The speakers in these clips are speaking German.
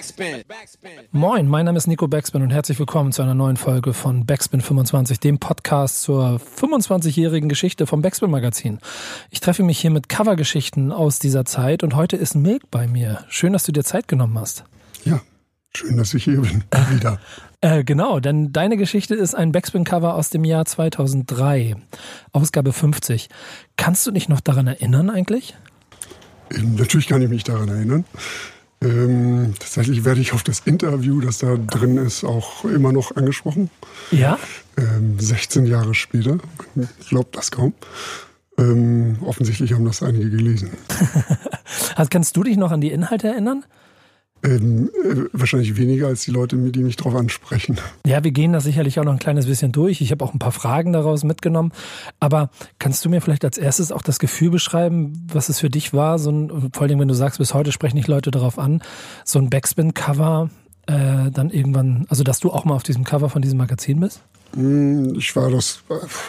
Moin, mein Name ist Nico Backspin und herzlich willkommen zu einer neuen Folge von Backspin 25, dem Podcast zur 25-jährigen Geschichte vom Backspin Magazin. Ich treffe mich hier mit Covergeschichten aus dieser Zeit und heute ist Milk bei mir. Schön, dass du dir Zeit genommen hast. Ja, schön, dass ich hier bin. Wieder. Genau, denn deine Geschichte ist ein Backspin-Cover aus dem Jahr 2003, Ausgabe 50. Kannst du dich noch daran erinnern eigentlich? Natürlich kann ich mich daran erinnern. Tatsächlich werde ich auf das Interview, das da drin ist, auch immer noch angesprochen. Ja? 16 Jahre später. Ich glaube das kaum. Offensichtlich haben das einige gelesen. Kannst du dich noch an die Inhalte erinnern? Wahrscheinlich weniger als die Leute, die mich darauf ansprechen. Ja, wir gehen das sicherlich auch noch ein kleines bisschen durch. Ich habe auch ein paar Fragen daraus mitgenommen. Aber kannst du mir vielleicht als erstes auch das Gefühl beschreiben, was es für dich war? Vor allem, wenn du sagst, bis heute sprechen dich Leute darauf an, so ein Backspin-Cover dann irgendwann, also dass du auch mal auf diesem Cover von diesem Magazin bist? Ich war das...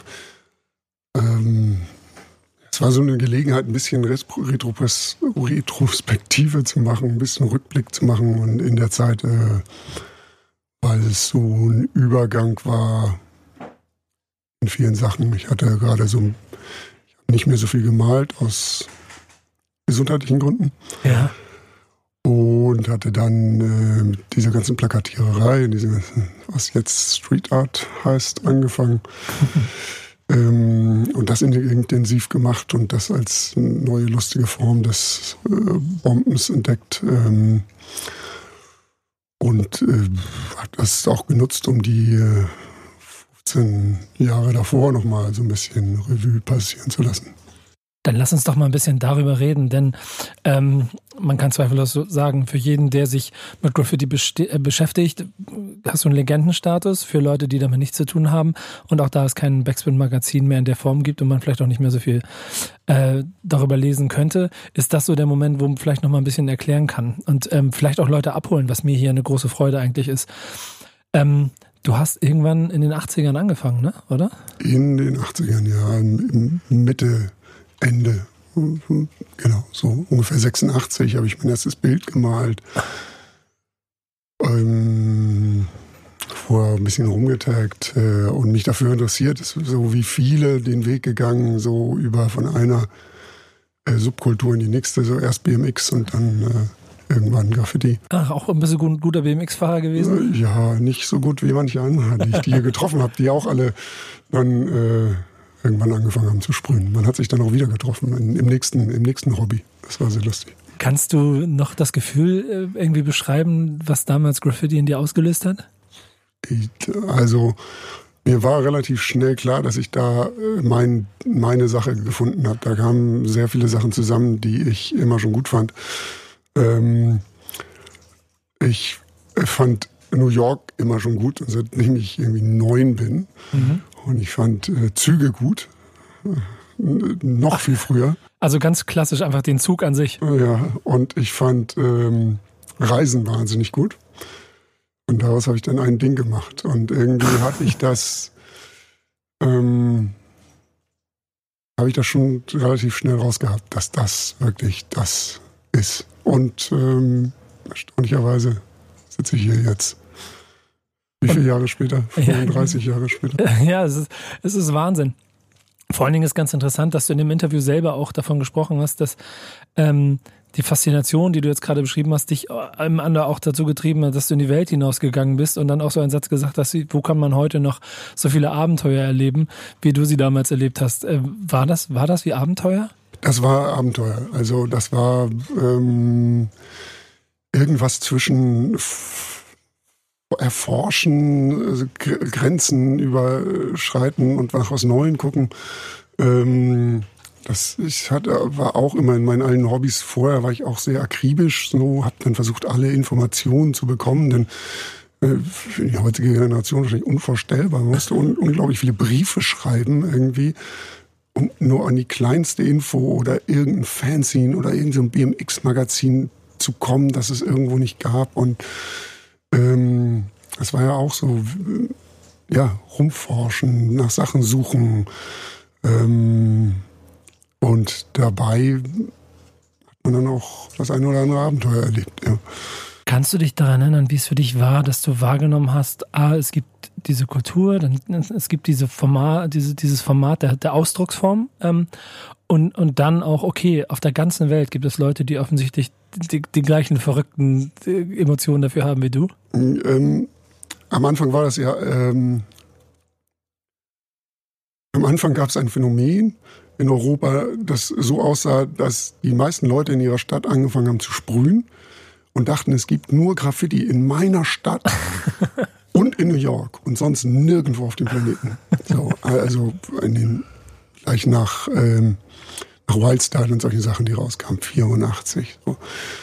Es war so eine Gelegenheit, ein bisschen Retrospektive zu machen, ein bisschen Rückblick zu machen. Und in der Zeit, weil es so ein Übergang war in vielen Sachen. Ich hatte gerade ich habe nicht mehr so viel gemalt aus gesundheitlichen Gründen. Ja. Und hatte dann mit dieser ganzen Plakatiererei, was jetzt Street Art heißt, angefangen. Und das intensiv gemacht und das als neue lustige Form des Bombens entdeckt. Und hat das auch genutzt, um die 15 Jahre davor nochmal so ein bisschen Revue passieren zu lassen. Dann lass uns doch mal ein bisschen darüber reden, denn man kann zweifellos sagen, für jeden, der sich mit Graffiti beschäftigt, hast du einen Legendenstatus für Leute, die damit nichts zu tun haben. Und auch da es kein Backspin-Magazin mehr in der Form gibt und man vielleicht auch nicht mehr so viel darüber lesen könnte, ist das so der Moment, wo man vielleicht noch mal ein bisschen erklären kann und vielleicht auch Leute abholen, was mir hier eine große Freude eigentlich ist. Du hast irgendwann in den 80ern angefangen, ne? Oder? In den 80ern, ja, Ende, genau, so ungefähr 86 habe ich mein erstes Bild gemalt. Vorher ein bisschen rumgetaggt und mich dafür interessiert, ist so wie viele den Weg gegangen, so von einer Subkultur in die nächste, so erst BMX und dann irgendwann Graffiti. Ach, auch ein bisschen guter BMX-Fahrer gewesen? Ja, nicht so gut wie manche andere, die ich hier getroffen habe, die auch alle dann irgendwann angefangen haben zu sprühen. Man hat sich dann auch wieder getroffen im nächsten Hobby. Das war sehr lustig. Kannst du noch das Gefühl irgendwie beschreiben, was damals Graffiti in dir ausgelöst hat? Also mir war relativ schnell klar, dass ich da meine Sache gefunden habe. Da kamen sehr viele Sachen zusammen, die ich immer schon gut fand. Ich fand New York immer schon gut, seitdem ich irgendwie 9 bin. Mhm. Und ich fand Züge gut, noch viel früher. Also ganz klassisch einfach den Zug an sich. Ja, und ich fand Reisen wahnsinnig gut. Und daraus habe ich dann ein Ding gemacht. Und irgendwie hatte ich das, habe ich das schon relativ schnell rausgehabt, dass das wirklich das ist. Und erstaunlicherweise sitze ich hier jetzt. Wie viele Jahre später? 35 Jahre später. Ja, es ist Wahnsinn. Vor allen Dingen ist ganz interessant, dass du in dem Interview selber auch davon gesprochen hast, dass die Faszination, die du jetzt gerade beschrieben hast, dich im anderen auch dazu getrieben hat, dass du in die Welt hinausgegangen bist und dann auch so einen Satz gesagt hast, wo kann man heute noch so viele Abenteuer erleben, wie du sie damals erlebt hast. War das wie Abenteuer? Das war Abenteuer. Also das war irgendwas zwischen Erforschen, also Grenzen überschreiten und nach was Neuem gucken. War auch immer in meinen allen Hobbys. Vorher war ich auch sehr akribisch, so habe dann versucht, alle Informationen zu bekommen, denn für die heutige Generation wahrscheinlich unvorstellbar. Man musste unglaublich viele Briefe schreiben irgendwie, um nur an die kleinste Info oder irgendein Fanzine oder irgendein BMX-Magazin zu kommen, das es irgendwo nicht gab. Und das war ja auch so, rumforschen, nach Sachen suchen. Und dabei hat man dann auch das eine oder andere Abenteuer erlebt, ja. Kannst du dich daran erinnern, wie es für dich war, dass du wahrgenommen hast, es gibt diese Kultur, es gibt dieses Format der Ausdrucksform und dann auch, okay, auf der ganzen Welt gibt es Leute, die offensichtlich die gleichen verrückten Emotionen dafür haben wie du? Am Anfang war das ja, am Anfang gab es ein Phänomen in Europa, das so aussah, dass die meisten Leute in ihrer Stadt angefangen haben zu sprühen und dachten, es gibt nur Graffiti in meiner Stadt und in New York und sonst nirgendwo auf dem Planeten. So, also gleich nach Wildstyle und solche Sachen, die rauskamen, 84. So.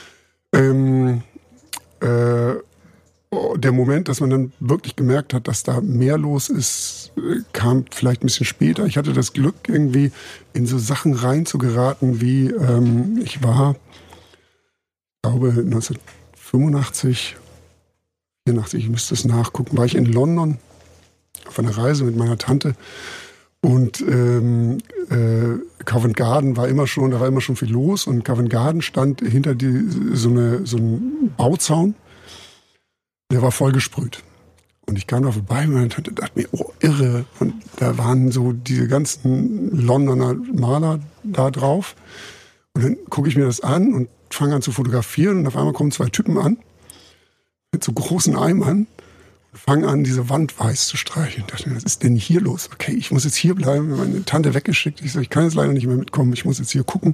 Der Moment, dass man dann wirklich gemerkt hat, dass da mehr los ist, kam vielleicht ein bisschen später. Ich hatte das Glück, irgendwie in so Sachen reinzugeraten, wie ich war, ich glaube 1985, 84, ich müsste es nachgucken, war ich in London auf einer Reise mit meiner Tante und Covent Garden da war immer schon viel los und Covent Garden stand hinter so einem Bauzaun. Der war voll gesprüht. Und ich kam da vorbei und meine Tante dachte mir, oh, irre. Und da waren so diese ganzen Londoner Maler da drauf. Und dann gucke ich mir das an und fange an zu fotografieren. Und auf einmal kommen 2 Typen an mit so großen Eimern und fangen an, diese Wand weiß zu streichen. Ich dachte mir, was ist denn hier los? Okay, ich muss jetzt hier bleiben. Meine Tante weggeschickt. Ich sage, ich kann jetzt leider nicht mehr mitkommen. Ich muss jetzt hier gucken.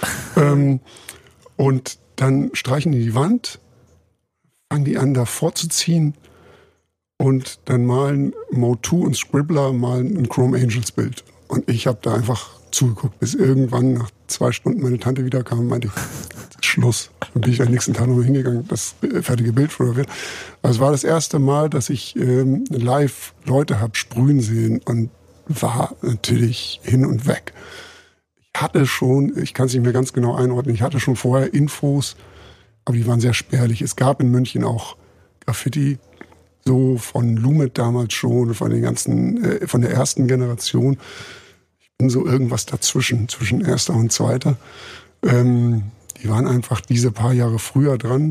Und dann streichen die Wand, fangen die an, da vorzuziehen und dann malen Motu und Scribbler malen ein Chrome Angels Bild. Und ich habe da einfach zugeguckt, bis irgendwann nach 2 Stunden meine Tante wiederkam und meinte, Schluss. Dann bin ich am nächsten Tag nochmal hingegangen, das fertige Bild fotografiert. Also es war das erste Mal, dass ich live Leute habe sprühen sehen und war natürlich hin und weg. Ich hatte schon, ich kann es nicht mehr ganz genau einordnen, ich hatte schon vorher Infos, aber die waren sehr spärlich. Es gab in München auch Graffiti, so von Lumet damals schon, von den ganzen, von der ersten Generation. Ich bin so irgendwas dazwischen, zwischen erster und zweiter. Die waren einfach diese paar Jahre früher dran.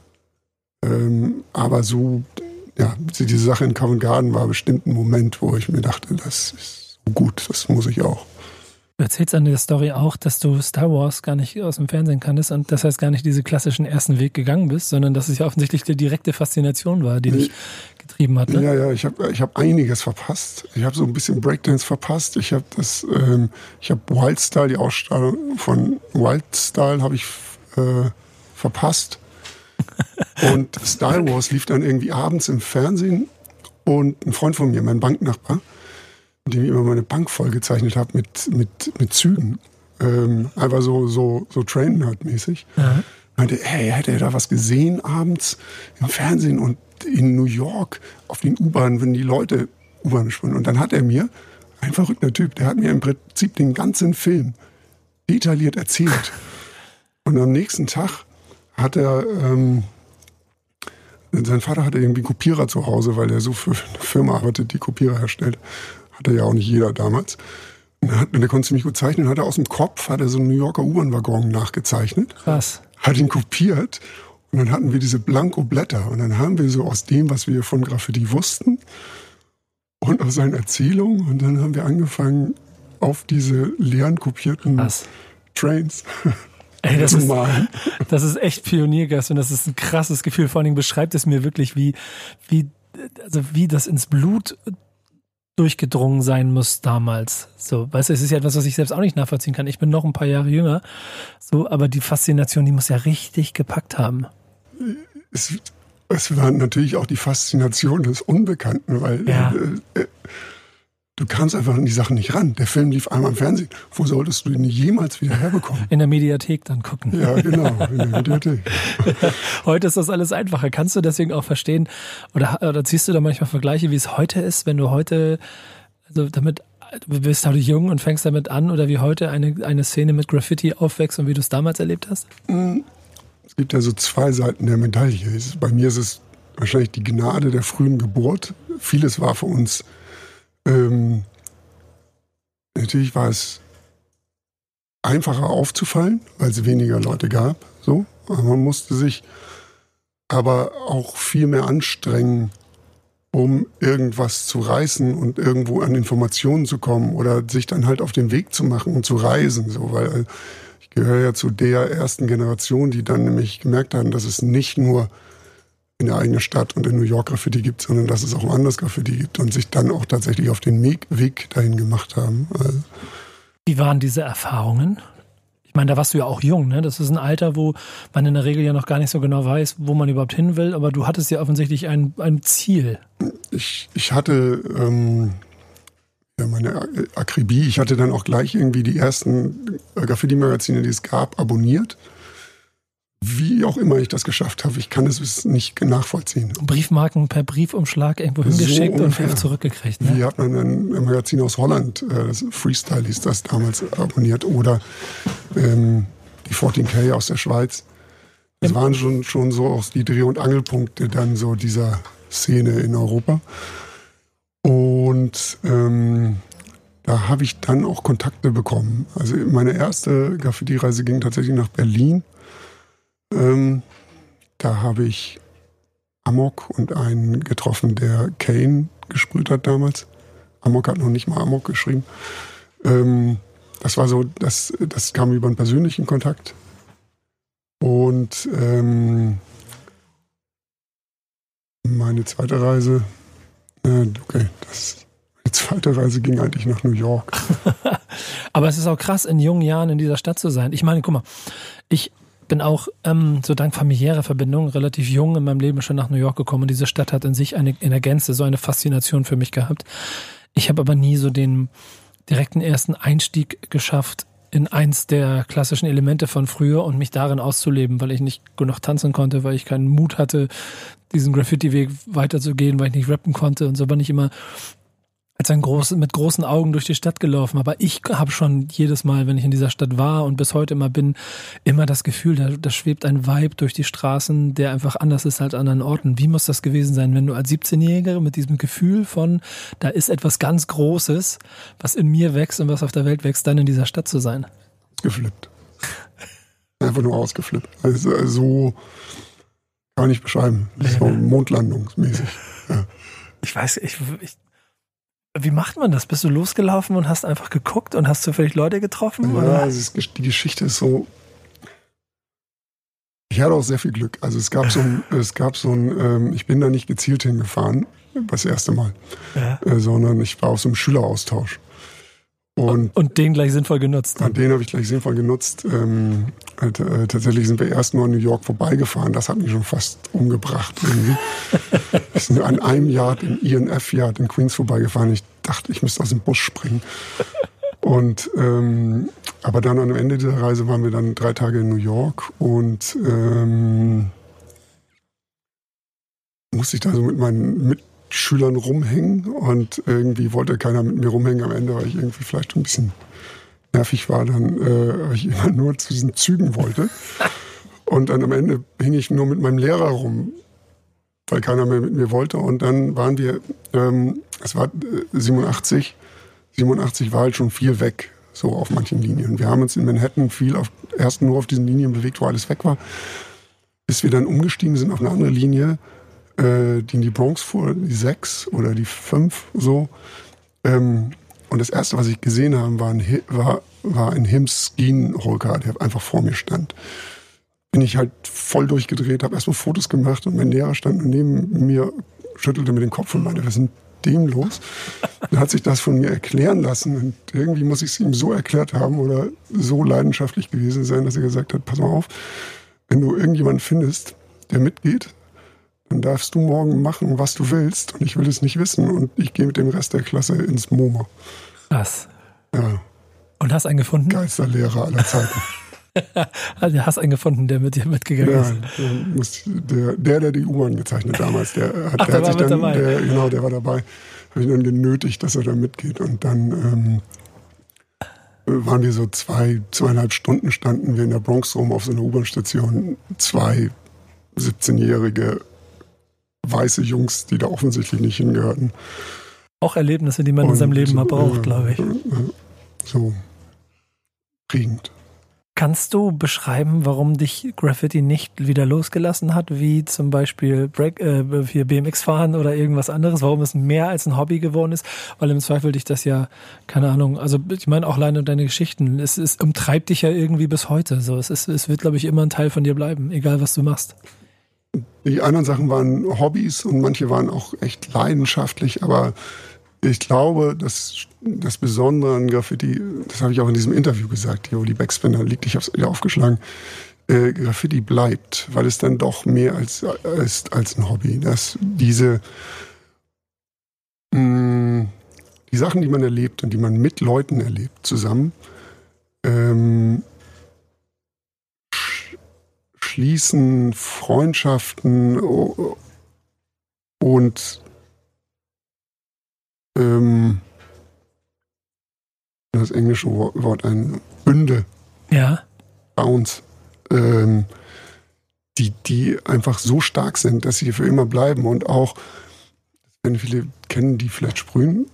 Aber so, ja, diese Sache in Covent Garden war bestimmt ein Moment, wo ich mir dachte, das ist so gut, das muss ich auch. Du erzählst an der Story auch, dass du Star Wars gar nicht aus dem Fernsehen kanntest und das heißt gar nicht diese klassischen ersten Weg gegangen bist, sondern dass es ja offensichtlich die direkte Faszination war, die dich getrieben hat. Ne? Ja, ich hab einiges verpasst. Ich habe so ein bisschen Breakdance verpasst. Ich habe Wildstyle, die Ausstrahlung von Wildstyle habe ich verpasst. Und Star Wars lief dann irgendwie abends im Fernsehen und ein Freund von mir, mein Banknachbar, mit dem ich immer meine Bank vollgezeichnet habe mit Zügen. Einfach so Train-Nerd-mäßig. Ja. Meinte, hey, hätte er da was gesehen abends im Fernsehen und in New York auf den U-Bahnen, wenn die Leute U-Bahn springen. Und dann hat er mir, ein verrückter Typ, der hat mir im Prinzip den ganzen Film detailliert erzählt. Und am nächsten Tag hat er, sein Vater hatte irgendwie einen Kopierer zu Hause, weil er so für eine Firma arbeitet, die Kopierer herstellt. Hatte ja auch nicht jeder damals. Und der konnte ziemlich gut zeichnen. Hat er aus dem Kopf, hat er so einen New Yorker U-Bahn-Waggon nachgezeichnet. Krass. Hat ihn kopiert. Und dann hatten wir diese Blanko-Blätter. Und dann haben wir so aus dem, was wir von Graffiti wussten und aus seinen Erzählungen. Und dann haben wir angefangen, auf diese leeren kopierten Trains Ey, das ist echt Pioniergeist und das ist ein krasses Gefühl. Vor allen Dingen beschreibt es mir wirklich, wie das ins Blut durchgedrungen sein muss damals. So, weißt du, es ist ja etwas, was ich selbst auch nicht nachvollziehen kann. Ich bin noch ein paar Jahre jünger, so, aber die Faszination, die muss ja richtig gepackt haben. Es war natürlich auch die Faszination des Unbekannten, weil du kamst einfach an die Sachen nicht ran. Der Film lief einmal im Fernsehen. Wo solltest du den jemals wieder herbekommen? In der Mediathek dann gucken. Ja, genau, in der Mediathek. Heute ist das alles einfacher. Kannst du deswegen auch verstehen, oder ziehst du da manchmal Vergleiche, wie es heute ist, wenn du heute, also du bist halt jung und fängst damit an, oder wie heute eine Szene mit Graffiti aufwächst und wie du es damals erlebt hast? Es gibt ja so 2 Seiten der Medaille. Bei mir ist es wahrscheinlich die Gnade der frühen Geburt. Vieles war für uns natürlich war es einfacher aufzufallen, weil es weniger Leute gab. So. Aber man musste sich aber auch viel mehr anstrengen, um irgendwas zu reißen und irgendwo an Informationen zu kommen oder sich dann halt auf den Weg zu machen und zu reisen. So, weil ich gehöre ja zu der ersten Generation, die dann nämlich gemerkt haben, dass es nicht nur in der eigenen Stadt und in New York Graffiti gibt, sondern dass es auch woanders Graffiti gibt und sich dann auch tatsächlich auf den Weg dahin gemacht haben. Wie waren diese Erfahrungen? Ich meine, da warst du ja auch jung, ne? Das ist ein Alter, wo man in der Regel ja noch gar nicht so genau weiß, wo man überhaupt hin will, aber du hattest ja offensichtlich ein Ziel. Ich hatte meine Akribie, ich hatte dann auch gleich irgendwie die ersten Graffiti-Magazine, die es gab, abonniert. Wie auch immer ich das geschafft habe, ich kann es nicht nachvollziehen. Briefmarken per Briefumschlag irgendwo hingeschickt so und zurückgekriegt. Ne? Wir hatten ein Magazin aus Holland, das Freestyle hieß das damals, abonniert. Oder die 14K aus der Schweiz. Das waren schon so auch die Dreh- und Angelpunkte dann so dieser Szene in Europa. Und da habe ich dann auch Kontakte bekommen. Also meine erste Graffiti-Reise ging tatsächlich nach Berlin. Da habe ich Amok und einen getroffen, der Kane gesprüht hat damals. Amok hat noch nicht mal Amok geschrieben. Das war so, das kam über einen persönlichen Kontakt. Und meine zweite Reise, meine zweite Reise ging eigentlich nach New York. Aber es ist auch krass, in jungen Jahren in dieser Stadt zu sein. Ich meine, guck mal, ich bin auch so dank familiärer Verbindung relativ jung in meinem Leben schon nach New York gekommen und diese Stadt hat in sich in der Gänze so eine Faszination für mich gehabt. Ich habe aber nie so den direkten ersten Einstieg geschafft in eins der klassischen Elemente von früher und mich darin auszuleben, weil ich nicht genug tanzen konnte, weil ich keinen Mut hatte, diesen Graffiti-Weg weiterzugehen, weil ich nicht rappen konnte und so bin ich immer mit großen Augen durch die Stadt gelaufen. Aber ich habe schon jedes Mal, wenn ich in dieser Stadt war und bis heute immer bin, immer das Gefühl, da schwebt ein Vibe durch die Straßen, der einfach anders ist als an anderen Orten. Wie muss das gewesen sein, wenn du als 17-Jähriger mit diesem Gefühl von, da ist etwas ganz Großes, was in mir wächst und was auf der Welt wächst, dann in dieser Stadt zu sein? Ausgeflippt. Einfach nur ausgeflippt. Also so kann ich beschreiben. So mondlandungsmäßig. Ja. Ich weiß, wie macht man das? Bist du losgelaufen und hast einfach geguckt und hast zufällig Leute getroffen? Ja, oder? Die Geschichte ist so. Ich hatte auch sehr viel Glück. Also es gab so ein, ich bin da nicht gezielt hingefahren, das erste Mal, sondern ich war auf so einem Schüleraustausch. Und den gleich sinnvoll genutzt. Und den habe ich gleich sinnvoll genutzt. Tatsächlich sind wir erst nur in New York vorbeigefahren. Das hat mich schon fast umgebracht irgendwie. Wir sind an einem Yard, im INF-Yard in Queens vorbeigefahren. Ich dachte, ich müsste aus dem Bus springen. Und aber dann am Ende dieser Reise waren wir dann 3 Tage in New York und musste ich da so mit meinen Mitschülern rumhängen und irgendwie wollte keiner mit mir rumhängen am Ende, weil ich irgendwie vielleicht ein bisschen nervig war, dann weil ich immer nur zu diesen Zügen wollte. Und dann am Ende hing ich nur mit meinem Lehrer rum, weil keiner mehr mit mir wollte. Und dann waren wir, es war 87 war halt schon viel weg, so auf manchen Linien. Wir haben uns in Manhattan erst nur auf diesen Linien bewegt, wo alles weg war, bis wir dann umgestiegen sind auf eine andere Linie, die in die Bronx fuhr, die 6 oder die 5, so. Und das erste, was ich gesehen habe, war ein Hims-Skin-Holker, der einfach vor mir stand. Bin ich halt voll durchgedreht, habe erstmal Fotos gemacht und mein Lehrer stand neben mir, schüttelte mir den Kopf und meinte, was ist denn dem los? Dann hat sich das von mir erklären lassen und irgendwie muss ich es ihm so erklärt haben oder so leidenschaftlich gewesen sein, dass er gesagt hat, pass mal auf, wenn du irgendjemanden findest, der mitgeht, dann darfst du morgen machen, was du willst und ich will es nicht wissen und ich gehe mit dem Rest der Klasse ins MoMA. Krass. Ja. Und hast einen gefunden? Geilster Lehrer aller Zeiten. Also du hast einen gefunden, der mit dir mitgegangen ist. Der die U-Bahn gezeichnet damals, der war dabei. Habe ich dann genötigt, dass er da mitgeht und dann waren wir so 2,5 Stunden standen wir in der Bronx rum auf so einer U-Bahn-Station. 2 17-jährige weiße Jungs, die da offensichtlich nicht hingehörten. Auch Erlebnisse, die man in seinem Leben mal braucht, glaube ich. So prägend. Kannst du beschreiben, warum dich Graffiti nicht wieder losgelassen hat, wie zum Beispiel hier BMX-Fahren oder irgendwas anderes, warum es mehr als ein Hobby geworden ist? Weil im Zweifel dich das ja, keine Ahnung, also ich meine auch alleine deine Geschichten, es umtreibt dich ja irgendwie bis heute. So, es wird, glaube ich, immer ein Teil von dir bleiben, egal was du machst. Die anderen Sachen waren Hobbys und manche waren auch echt leidenschaftlich, aber ich glaube, dass das Besondere an Graffiti, das habe ich auch in diesem Interview gesagt, hier, wo die Backspinner liegt, ich habe es wieder aufgeschlagen, Graffiti bleibt, weil es dann doch mehr ist als ein Hobby. Dass die Sachen, die man erlebt und die man mit Leuten erlebt, zusammen, schließen Freundschaften und das englische Wort ein Bünde, ja, Bounce, die einfach so stark sind, dass sie für immer bleiben und auch, wenn viele kennen, die vielleicht sprühen,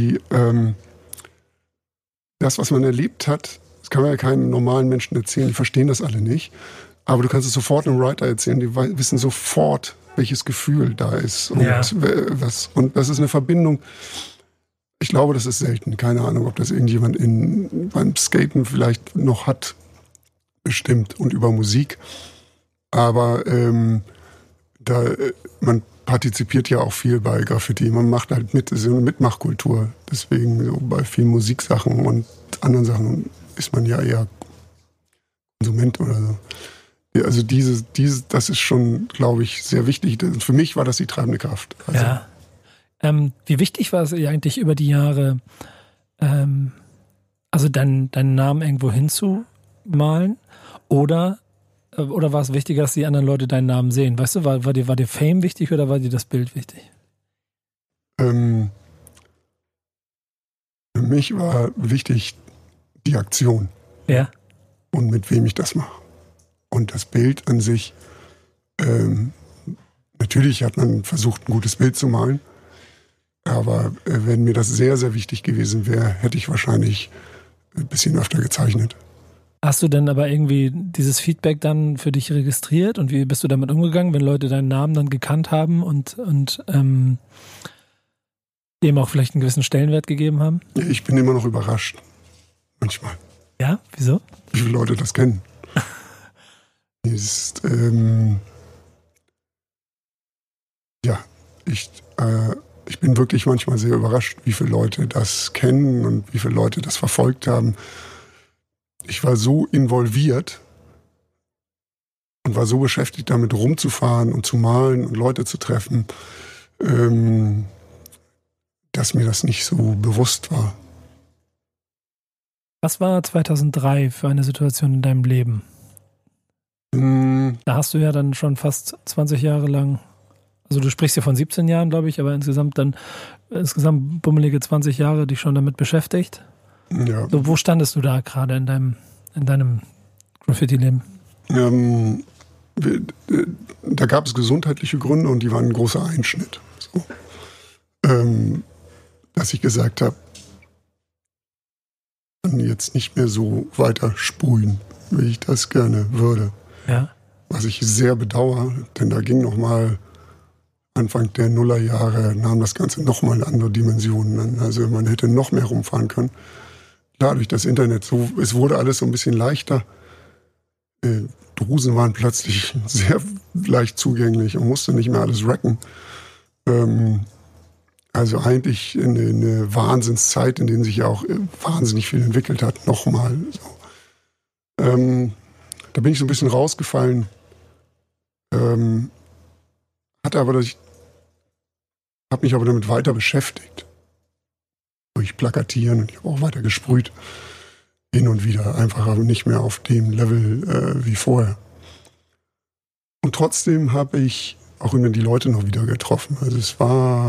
das, was man erlebt hat, das kann man ja keinem normalen Menschen erzählen, die verstehen das alle nicht, aber du kannst es sofort einem Writer erzählen, die wissen sofort, welches Gefühl da ist und und das ist eine Verbindung. Ich glaube, das ist selten. Keine Ahnung, ob das irgendjemand beim Skaten vielleicht noch hat, bestimmt, und über Musik. Aber man partizipiert ja auch viel bei Graffiti. Man macht halt mit, das ist eine Mitmachkultur. Deswegen so bei vielen Musiksachen und anderen Sachen ist man ja eher Konsument oder so. Also das ist schon, glaube ich, sehr wichtig. Für mich war das die treibende Kraft. Also, ja. Wie wichtig war es eigentlich über die Jahre, also deinen Namen irgendwo hinzumalen? Oder war es wichtiger, dass die anderen Leute deinen Namen sehen? Weißt du, war dir Fame wichtig oder war dir das Bild wichtig? Für mich war wichtig die Aktion. Ja. Und mit wem ich das mache. Und das Bild an sich, natürlich hat man versucht, ein gutes Bild zu malen. Aber wenn mir das sehr, sehr wichtig gewesen wäre, hätte ich wahrscheinlich ein bisschen öfter gezeichnet. Hast du denn aber irgendwie dieses Feedback dann für dich registriert und wie bist du damit umgegangen, wenn Leute deinen Namen dann gekannt haben und dem auch vielleicht einen gewissen Stellenwert gegeben haben? Ich bin immer noch überrascht. Manchmal. Ja? Wieso? Wie viele Leute das kennen. Ich bin wirklich manchmal sehr überrascht, wie viele Leute das kennen und wie viele Leute das verfolgt haben. Ich war so involviert und war so beschäftigt damit, rumzufahren und zu malen und Leute zu treffen, dass mir das nicht so bewusst war. Was war 2003 für eine Situation in deinem Leben? Da hast du ja dann schon fast 20 Jahre lang, also du sprichst ja von 17 Jahren, glaube ich, aber insgesamt bummelige 20 Jahre dich schon damit beschäftigt. Ja. So, wo standest du da gerade in deinem Graffiti-Leben? Da gab es gesundheitliche Gründe und die waren ein großer Einschnitt. So. Dass ich gesagt habe, ich kann jetzt nicht mehr so weiter sprühen, wie ich das gerne würde. Ja. Was ich sehr bedauere, denn da ging nochmal Anfang der Nullerjahre, nahm das Ganze nochmal andere Dimensionen an. Also man hätte noch mehr rumfahren können. Klar, durch das Internet, es wurde alles so ein bisschen leichter. Drusen waren plötzlich sehr leicht zugänglich und musste nicht mehr alles racken. Also eigentlich eine Wahnsinnszeit, in der sich ja auch wahnsinnig viel entwickelt hat, nochmal. So. Da bin ich so ein bisschen rausgefallen. Habe mich aber damit weiter beschäftigt. Durch Plakatieren und ich habe auch weiter gesprüht. Hin und wieder, einfach aber nicht mehr auf dem Level wie vorher. Und trotzdem habe ich auch immer die Leute noch wieder getroffen. Also es war...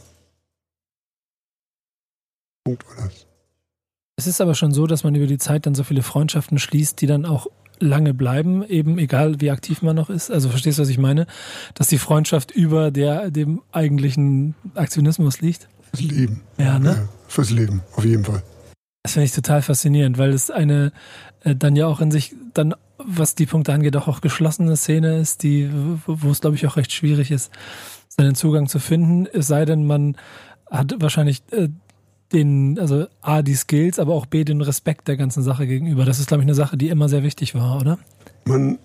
Punkt war das. Es ist aber schon so, dass man über die Zeit dann so viele Freundschaften schließt, die dann auch lange bleiben, eben egal wie aktiv man noch ist. Also verstehst du, was ich meine? Dass die Freundschaft über dem eigentlichen Aktionismus liegt? Fürs Leben. Ja, ne? Ja, fürs Leben, auf jeden Fall. Das finde ich total faszinierend, weil es eine dann ja auch in sich dann, was die Punkte angeht, auch geschlossene Szene ist, wo es, glaube ich, auch recht schwierig ist, seinen Zugang zu finden. Es sei denn, man hat wahrscheinlich also A, die Skills, aber auch B, den Respekt der ganzen Sache gegenüber. Das ist, glaube ich, eine Sache, die immer sehr wichtig war, oder? Man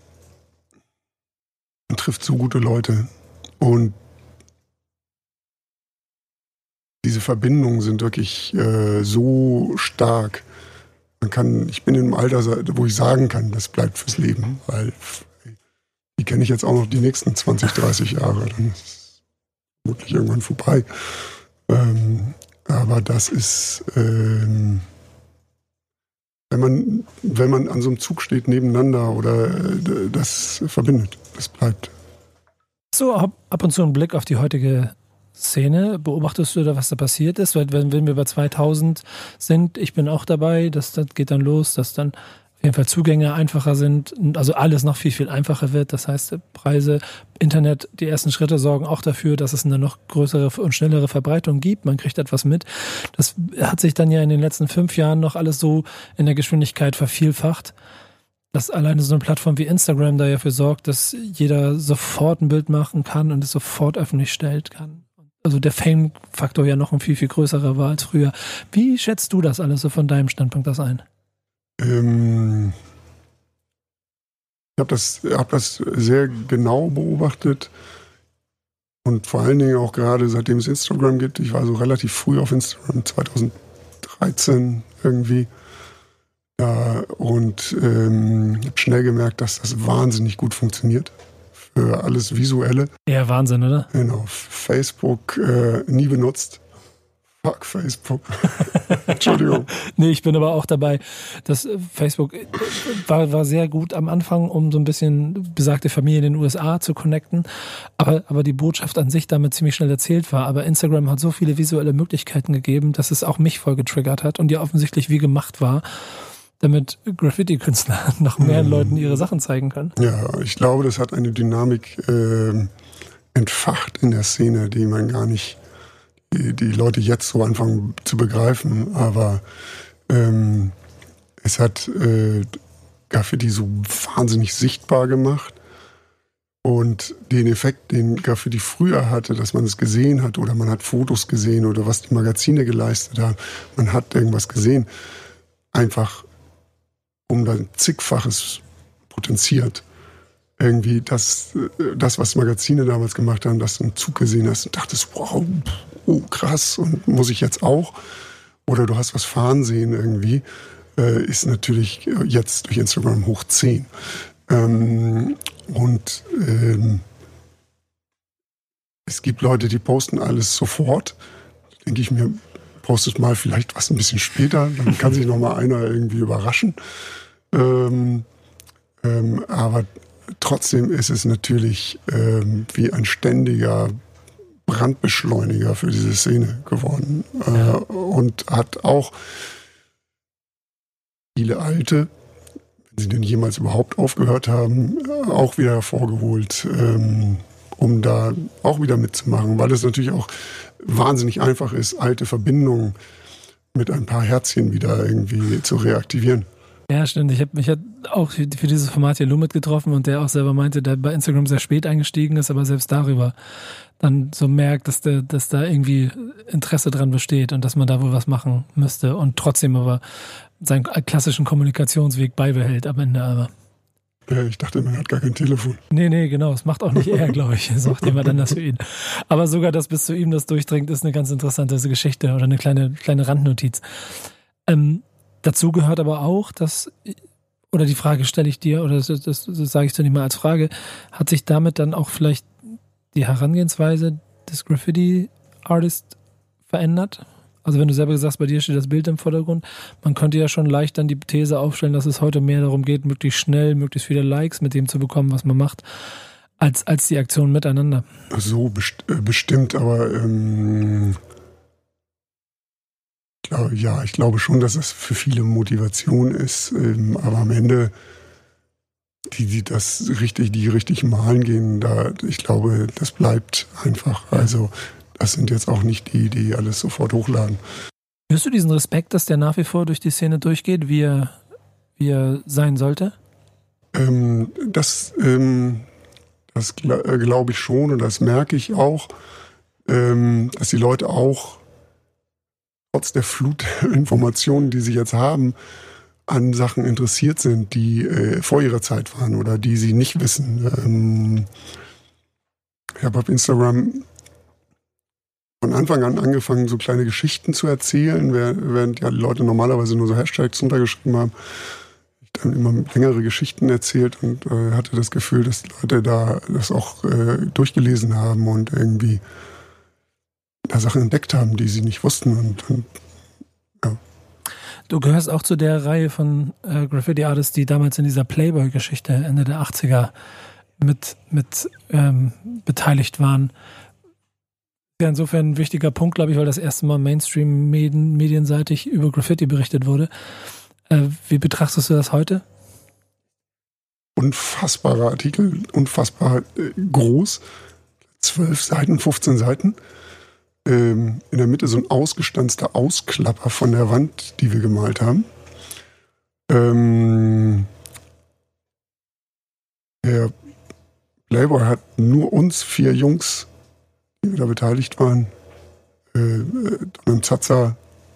trifft so gute Leute und diese Verbindungen sind wirklich so stark. Ich bin in einem Alter, wo ich sagen kann, das bleibt fürs Leben, weil die kenne ich jetzt auch noch die nächsten 20, 30 Jahre. Dann ist es vermutlich irgendwann vorbei. Aber das ist, wenn man an so einem Zug steht nebeneinander oder das verbindet, das bleibt. So, ab und zu einen Blick auf die heutige Szene. Beobachtest du da, was da passiert ist? Weil wenn wir bei 2000 sind, ich bin auch dabei, das geht dann los, dass dann auf jeden Fall Zugänge einfacher sind, also alles noch viel, viel einfacher wird. Das heißt, Preise, Internet, die ersten Schritte sorgen auch dafür, dass es eine noch größere und schnellere Verbreitung gibt. Man kriegt etwas mit. Das hat sich dann ja in den letzten 5 Jahren noch alles so in der Geschwindigkeit vervielfacht, dass alleine so eine Plattform wie Instagram da ja für sorgt, dass jeder sofort ein Bild machen kann und es sofort öffentlich stellt kann. Also der Fame-Faktor ja noch ein viel, viel größerer war als früher. Wie schätzt du das alles so von deinem Standpunkt aus ein? Ich habe das sehr genau beobachtet und vor allen Dingen auch gerade seitdem es Instagram gibt. Ich war so relativ früh auf Instagram, 2013 irgendwie. Ja, und habe schnell gemerkt, dass das wahnsinnig gut funktioniert. Für alles Visuelle. Ja, Wahnsinn, oder? Genau. Facebook nie benutzt. Fuck Facebook. Entschuldigung. Nee, ich bin aber auch dabei. Das Facebook war sehr gut am Anfang, um so ein bisschen besagte Familie in den USA zu connecten. Aber die Botschaft an sich damit ziemlich schnell erzählt war. Aber Instagram hat so viele visuelle Möglichkeiten gegeben, dass es auch mich voll getriggert hat und ja offensichtlich wie gemacht war, damit Graffiti-Künstler noch mehr Leuten ihre Sachen zeigen können. Ja, ich glaube, das hat eine Dynamik entfacht in der Szene, die man gar nicht, die Leute jetzt so anfangen zu begreifen. Aber es hat Graffiti so wahnsinnig sichtbar gemacht. Und den Effekt, den Graffiti früher hatte, dass man es gesehen hat oder man hat Fotos gesehen oder was die Magazine geleistet haben, man hat irgendwas gesehen, einfach um dann zigfaches potenziert. Irgendwie das, was Magazine damals gemacht haben, dass du einen Zug gesehen hast und dachtest, wow, oh krass, und muss ich jetzt auch? Oder du hast was fahren sehen irgendwie, ist natürlich jetzt durch Instagram hoch 10. Es gibt Leute, die posten alles sofort. Da denke ich mir, postet mal vielleicht was ein bisschen später, dann kann sich noch mal einer irgendwie überraschen. Aber trotzdem ist es natürlich wie ein ständiger Brandbeschleuniger für diese Szene geworden. Und hat auch viele Alte, wenn sie denn jemals überhaupt aufgehört haben, auch wieder hervorgeholt, um da auch wieder mitzumachen, weil es natürlich auch wahnsinnig einfach ist, alte Verbindungen mit ein paar Herzchen wieder irgendwie zu reaktivieren. Ja, stimmt. Mich hat auch für dieses Format hier Lumit getroffen und der auch selber meinte, der bei Instagram sehr spät eingestiegen ist, aber selbst darüber dann so merkt, dass da irgendwie Interesse dran besteht und dass man da wohl was machen müsste und trotzdem aber seinen klassischen Kommunikationsweg beibehält am Ende aber. Ja, ich dachte, man hat gar kein Telefon. Nee, genau. Das macht auch nicht er, glaube ich. Das macht jemand anders für ihn. Aber sogar, dass bis zu ihm das durchdringt, ist eine ganz interessante Geschichte oder eine kleine Randnotiz. Dazu gehört aber auch, oder die Frage stelle ich dir, oder das sage ich dir nicht mal als Frage, hat sich damit dann auch vielleicht die Herangehensweise des Graffiti-Artists verändert? Also wenn du selber sagst, bei dir steht das Bild im Vordergrund, man könnte ja schon leicht dann die These aufstellen, dass es heute mehr darum geht, möglichst schnell, möglichst viele Likes mit dem zu bekommen, was man macht, als die Aktion miteinander. So bestimmt, aber ich glaube schon, dass es für viele Motivation ist, aber am Ende die richtig malen gehen, ich glaube, das bleibt einfach. Also das sind jetzt auch nicht die alles sofort hochladen. Spürst du diesen Respekt, dass der nach wie vor durch die Szene durchgeht, wie er sein sollte? Das glaube ich schon und das merke ich auch, dass die Leute auch trotz der Flut der Informationen, die sie jetzt haben, an Sachen interessiert sind, die vor ihrer Zeit waren oder die sie nicht wissen. Ich habe auf Instagram von Anfang an angefangen, so kleine Geschichten zu erzählen, während ja die Leute normalerweise nur so Hashtags runtergeschrieben haben. Ich dann immer längere Geschichten erzählt und hatte das Gefühl, dass Leute da das auch durchgelesen haben und irgendwie da Sachen entdeckt haben, die sie nicht wussten. Und ja. Du gehörst auch zu der Reihe von Graffiti-Artists, die damals in dieser Playboy-Geschichte Ende der 80er mit beteiligt waren. Ja, insofern ein wichtiger Punkt, glaube ich, weil das erste Mal Mainstream-medienseitig über Graffiti berichtet wurde. Wie betrachtest du das heute? Unfassbarer Artikel, unfassbar groß. 12 Seiten, 15 Seiten. In der Mitte so ein ausgestanzter Ausklapper von der Wand, die wir gemalt haben. Der Playboy hat nur uns 4 Jungs, die da beteiligt waren, Don Zaza,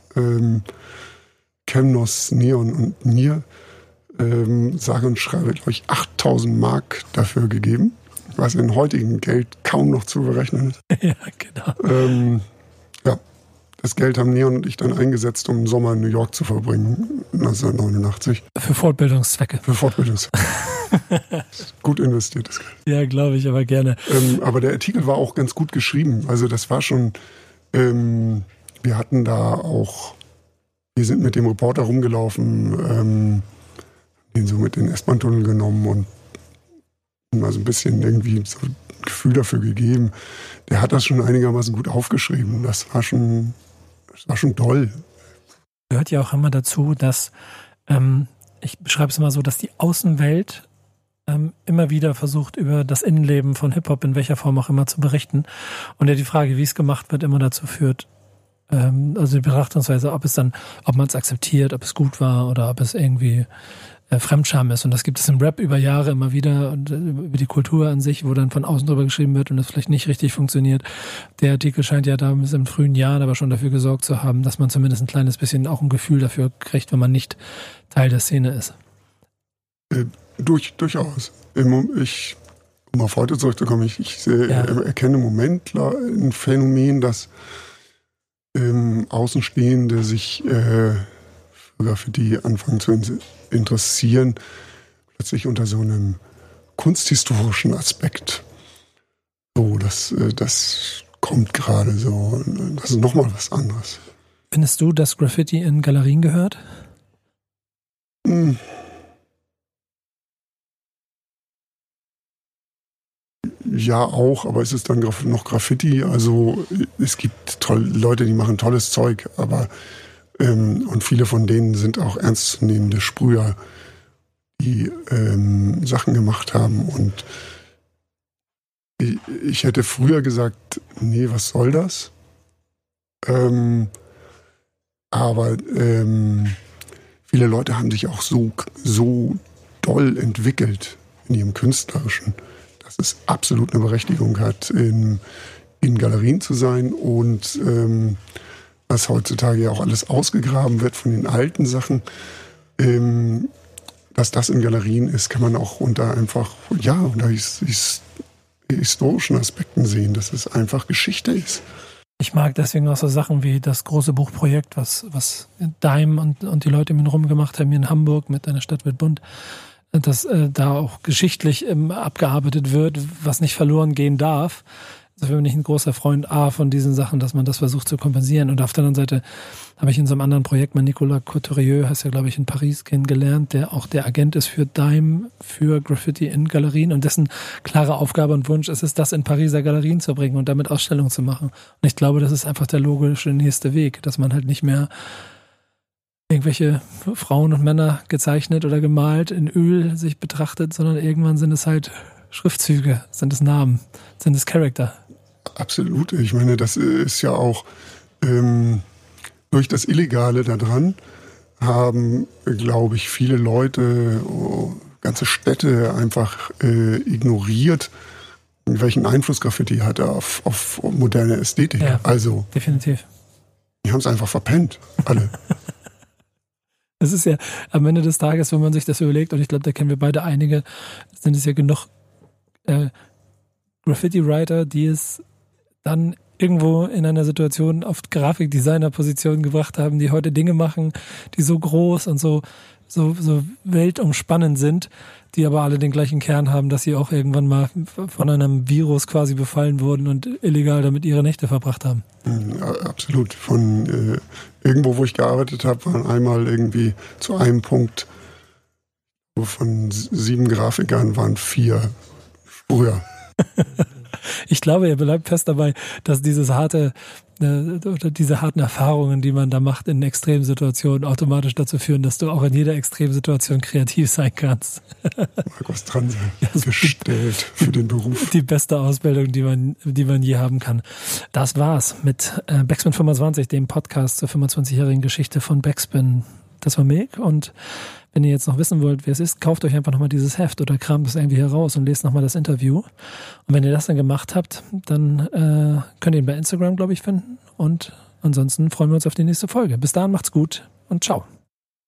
Chemnos, Neon und mir, sage und schreibe, glaube ich, 8.000 Mark dafür gegeben, was in heutigem Geld kaum noch zu berechnen ist. Ja, genau. Ja, das Geld haben Neon und ich dann eingesetzt, um den Sommer in New York zu verbringen, 1989. Für Fortbildungszwecke. Für Fortbildungszwecke. Gut investiertes Geld. Ja, glaube ich, aber gerne. Aber der Artikel war auch ganz gut geschrieben. Also das war schon, wir hatten da auch, wir sind mit dem Reporter rumgelaufen, den so mit in den S-Bahn-Tunnel genommen und mal so ein bisschen irgendwie so ein Gefühl dafür gegeben. Der hat das schon einigermaßen gut aufgeschrieben. Das war schon toll. Gehört ja auch immer dazu, dass, ich beschreibe es immer so, dass die Außenwelt immer wieder versucht, über das Innenleben von Hip-Hop in welcher Form auch immer zu berichten. Und ja die Frage, wie es gemacht wird, immer dazu führt, also die Betrachtungsweise, ob man es akzeptiert, ob es gut war oder ob es irgendwie Fremdscham ist. Und das gibt es im Rap über Jahre immer wieder und über die Kultur an sich, wo dann von außen drüber geschrieben wird und das vielleicht nicht richtig funktioniert. Der Artikel scheint ja damals in frühen Jahren aber schon dafür gesorgt zu haben, dass man zumindest ein kleines bisschen auch ein Gefühl dafür kriegt, wenn man nicht Teil der Szene ist. Durchaus. Um auf heute zurückzukommen, ich erkenne im Moment ein Phänomen, dass Außenstehende sich für die anfangen zu interessieren, plötzlich unter so einem kunsthistorischen Aspekt. So, das kommt gerade so. Das ist nochmal was anderes. Findest du, dass Graffiti in Galerien gehört? Ja, auch, aber es ist dann noch Graffiti. Also es gibt Leute, die machen tolles Zeug, aber und viele von denen sind auch ernstzunehmende Sprüher, die Sachen gemacht haben. Und ich hätte früher gesagt, nee, was soll das? Aber viele Leute haben sich auch so doll entwickelt in ihrem Künstlerischen, dass es absolut eine Berechtigung hat, in Galerien zu sein und was heutzutage ja auch alles ausgegraben wird von den alten Sachen, dass das in Galerien ist, kann man auch unter historischen Aspekten sehen, dass es einfach Geschichte ist. Ich mag deswegen auch so Sachen wie das große Buchprojekt, was Dime und die Leute um ihn rum gemacht haben hier in Hamburg mit Einer Stadt wird bunt, dass da auch geschichtlich abgearbeitet wird, was nicht verloren gehen darf. Also bin ich ein großer Freund von diesen Sachen, dass man das versucht zu kompensieren. Und auf der anderen Seite habe ich in so einem anderen Projekt mal Nicolas Couturier, heißt ja glaube ich in Paris, kennengelernt, der auch der Agent ist für Dime, für Graffiti in Galerien und dessen klare Aufgabe und Wunsch ist es, das in Pariser Galerien zu bringen und damit Ausstellungen zu machen. Und ich glaube, das ist einfach der logische nächste Weg, dass man halt nicht mehr irgendwelche Frauen und Männer gezeichnet oder gemalt in Öl sich betrachtet, sondern irgendwann sind es halt Schriftzüge, sind es Namen, sind es Charakter. Absolut. Ich meine, das ist ja auch durch das Illegale daran haben, glaube ich, viele Leute, ganze Städte einfach ignoriert, welchen Einfluss Graffiti hatte auf moderne Ästhetik. Ja, also definitiv. Die haben es einfach verpennt, alle. Es ist ja am Ende des Tages, wenn man sich das überlegt, und ich glaube, da kennen wir beide einige, sind es ja genug Graffiti-Writer, die es dann irgendwo in einer Situation auf Grafikdesigner-Positionen gebracht haben, die heute Dinge machen, die so groß und so weltumspannend sind, die aber alle den gleichen Kern haben, dass sie auch irgendwann mal von einem Virus quasi befallen wurden und illegal damit ihre Nächte verbracht haben. Absolut. Von irgendwo, wo ich gearbeitet habe, waren einmal irgendwie zu einem Punkt, von 7 Grafikern waren 4 früher. Ich glaube, er bleibt fest dabei, dass diese harten Erfahrungen, die man da macht in Extremsituationen, automatisch dazu führen, dass du auch in jeder Extremsituation kreativ sein kannst. Mag was dran sein. Ja, gestellt für den Beruf. Die beste Ausbildung, die man je haben kann. Das war's mit Backspin 25, dem Podcast zur 25-jährigen Geschichte von Backspin. Das war Milk, und wenn ihr jetzt noch wissen wollt, wer es ist, kauft euch einfach nochmal dieses Heft oder kramt es irgendwie heraus und lest nochmal das Interview. Und wenn ihr das dann gemacht habt, dann könnt ihr ihn bei Instagram, glaube ich, finden. Und ansonsten freuen wir uns auf die nächste Folge. Bis dahin, macht's gut und ciao.